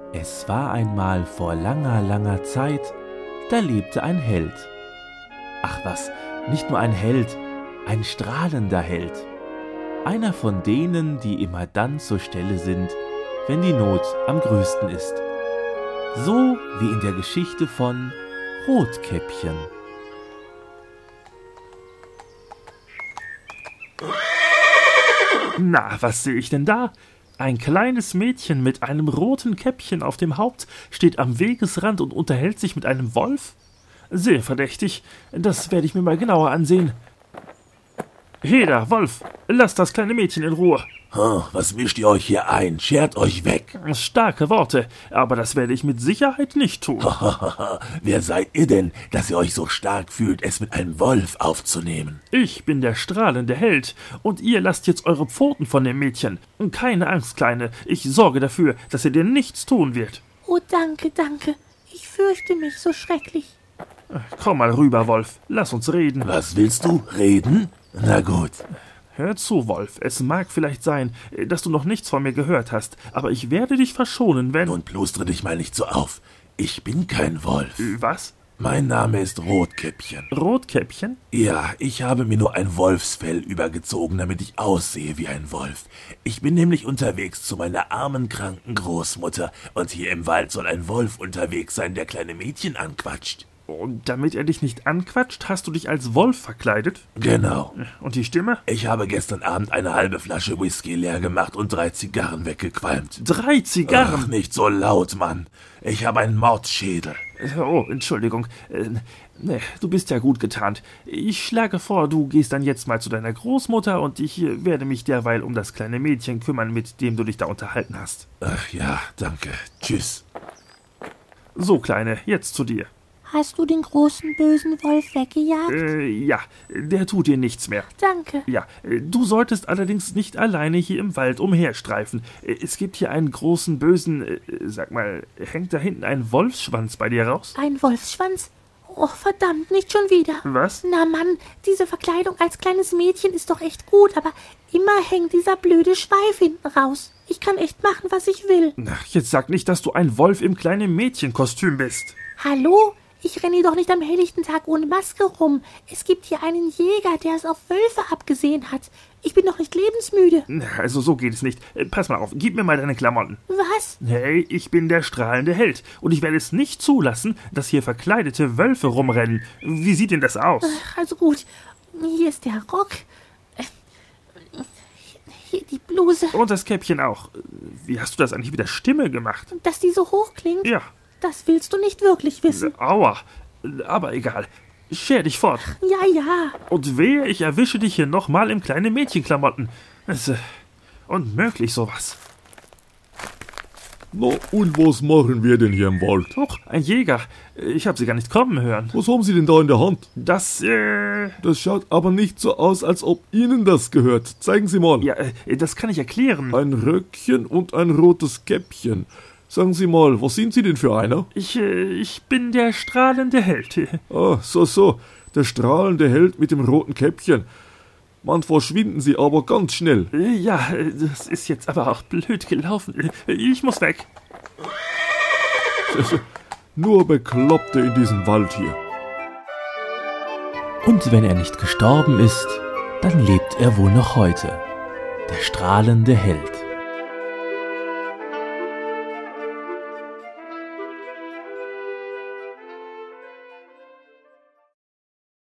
Es war einmal vor langer, langer Zeit, da lebte ein Held. Ach was, nicht nur ein Held, ein strahlender Held. Einer von denen, die immer dann zur Stelle sind, wenn die Not am größten ist. So wie in der Geschichte von Rotkäppchen. Na, was sehe ich denn da? Ein kleines Mädchen mit einem roten Käppchen auf dem Haupt steht am Wegesrand und unterhält sich mit einem Wolf? Sehr verdächtig, das werde ich mir mal genauer ansehen. Heda, Wolf, lasst das kleine Mädchen in Ruhe. Was mischt ihr euch hier ein? Schert euch weg. Starke Worte, aber das werde ich mit Sicherheit nicht tun. Wer seid ihr denn, dass ihr euch so stark fühlt, es mit einem Wolf aufzunehmen? Ich bin der strahlende Held und ihr lasst jetzt eure Pfoten von dem Mädchen. Keine Angst, Kleine, ich sorge dafür, dass er dir nichts tun wird. Oh, danke, danke. Ich fürchte mich so schrecklich. Komm mal rüber, Wolf, lass uns reden. Was willst du? Reden? Na gut. Hör zu, Wolf, es mag vielleicht sein, dass du noch nichts von mir gehört hast, aber ich werde dich verschonen, wenn... Nun plustre dich mal nicht so auf. Ich bin kein Wolf. Was? Mein Name ist Rotkäppchen. Rotkäppchen? Ja, ich habe mir nur ein Wolfsfell übergezogen, damit ich aussehe wie ein Wolf. Ich bin nämlich unterwegs zu meiner armen, kranken Großmutter, und hier im Wald soll ein Wolf unterwegs sein, der kleine Mädchen anquatscht. Und damit er dich nicht anquatscht, hast du dich als Wolf verkleidet? Genau. Und die Stimme? Ich habe gestern Abend eine halbe Flasche Whisky leer gemacht und 3 Zigarren weggequalmt. 3 Zigarren? Ach, nicht so laut, Mann. Ich habe einen Mordschädel. Oh, Entschuldigung. Du bist ja gut getarnt. Ich schlage vor, du gehst dann jetzt mal zu deiner Großmutter und ich werde mich derweil um das kleine Mädchen kümmern, mit dem du dich da unterhalten hast. Ach ja, danke. Tschüss. So, Kleine, jetzt zu dir. Hast du den großen bösen Wolf weggejagt? Ja, der tut dir nichts mehr. Danke. Ja, du solltest allerdings nicht alleine hier im Wald umherstreifen. Es gibt hier einen großen bösen, sag mal, hängt da hinten ein Wolfsschwanz bei dir raus? Ein Wolfsschwanz? Oh, verdammt, nicht schon wieder. Was? Na Mann, diese Verkleidung als kleines Mädchen ist doch echt gut, aber immer hängt dieser blöde Schweif hinten raus. Ich kann echt machen, was ich will. Ach, jetzt sag nicht, dass du ein Wolf im kleinen Mädchenkostüm bist. Hallo? Ich renne doch nicht am helllichten Tag ohne Maske rum. Es gibt hier einen Jäger, der es auf Wölfe abgesehen hat. Ich bin doch nicht lebensmüde. Also so geht es nicht. Pass mal auf, gib mir mal deine Klamotten. Was? Hey, ich bin der strahlende Held und ich werde es nicht zulassen, dass hier verkleidete Wölfe rumrennen. Wie sieht denn das aus? Also gut, hier ist der Rock. Hier die Bluse. Und das Käppchen auch. Wie hast du das eigentlich mit der Stimme gemacht? Dass die so hoch klingt? Ja. Das willst du nicht wirklich wissen. Aua, aber egal. Scher dich fort. Ja, ja. Und wehe, ich erwische dich hier nochmal im kleinen Mädchenklamotten. Das ist unmöglich, sowas. Na, und was machen wir denn hier im Wald? Doch, ein Jäger. Ich habe sie gar nicht kommen hören. Was haben Sie denn da in der Hand? Das schaut aber nicht so aus, als ob Ihnen das gehört. Zeigen Sie mal. Ja, das kann ich erklären. Ein Röckchen und ein rotes Käppchen. Sagen Sie mal, was sind Sie denn für einer? Ich bin der strahlende Held. Ah, so, der strahlende Held mit dem roten Käppchen. Mann, verschwinden Sie aber ganz schnell. Ja, das ist jetzt aber auch blöd gelaufen. Ich muss weg. Nur Bekloppte in diesem Wald hier. Und wenn er nicht gestorben ist, dann lebt er wohl noch heute. Der strahlende Held.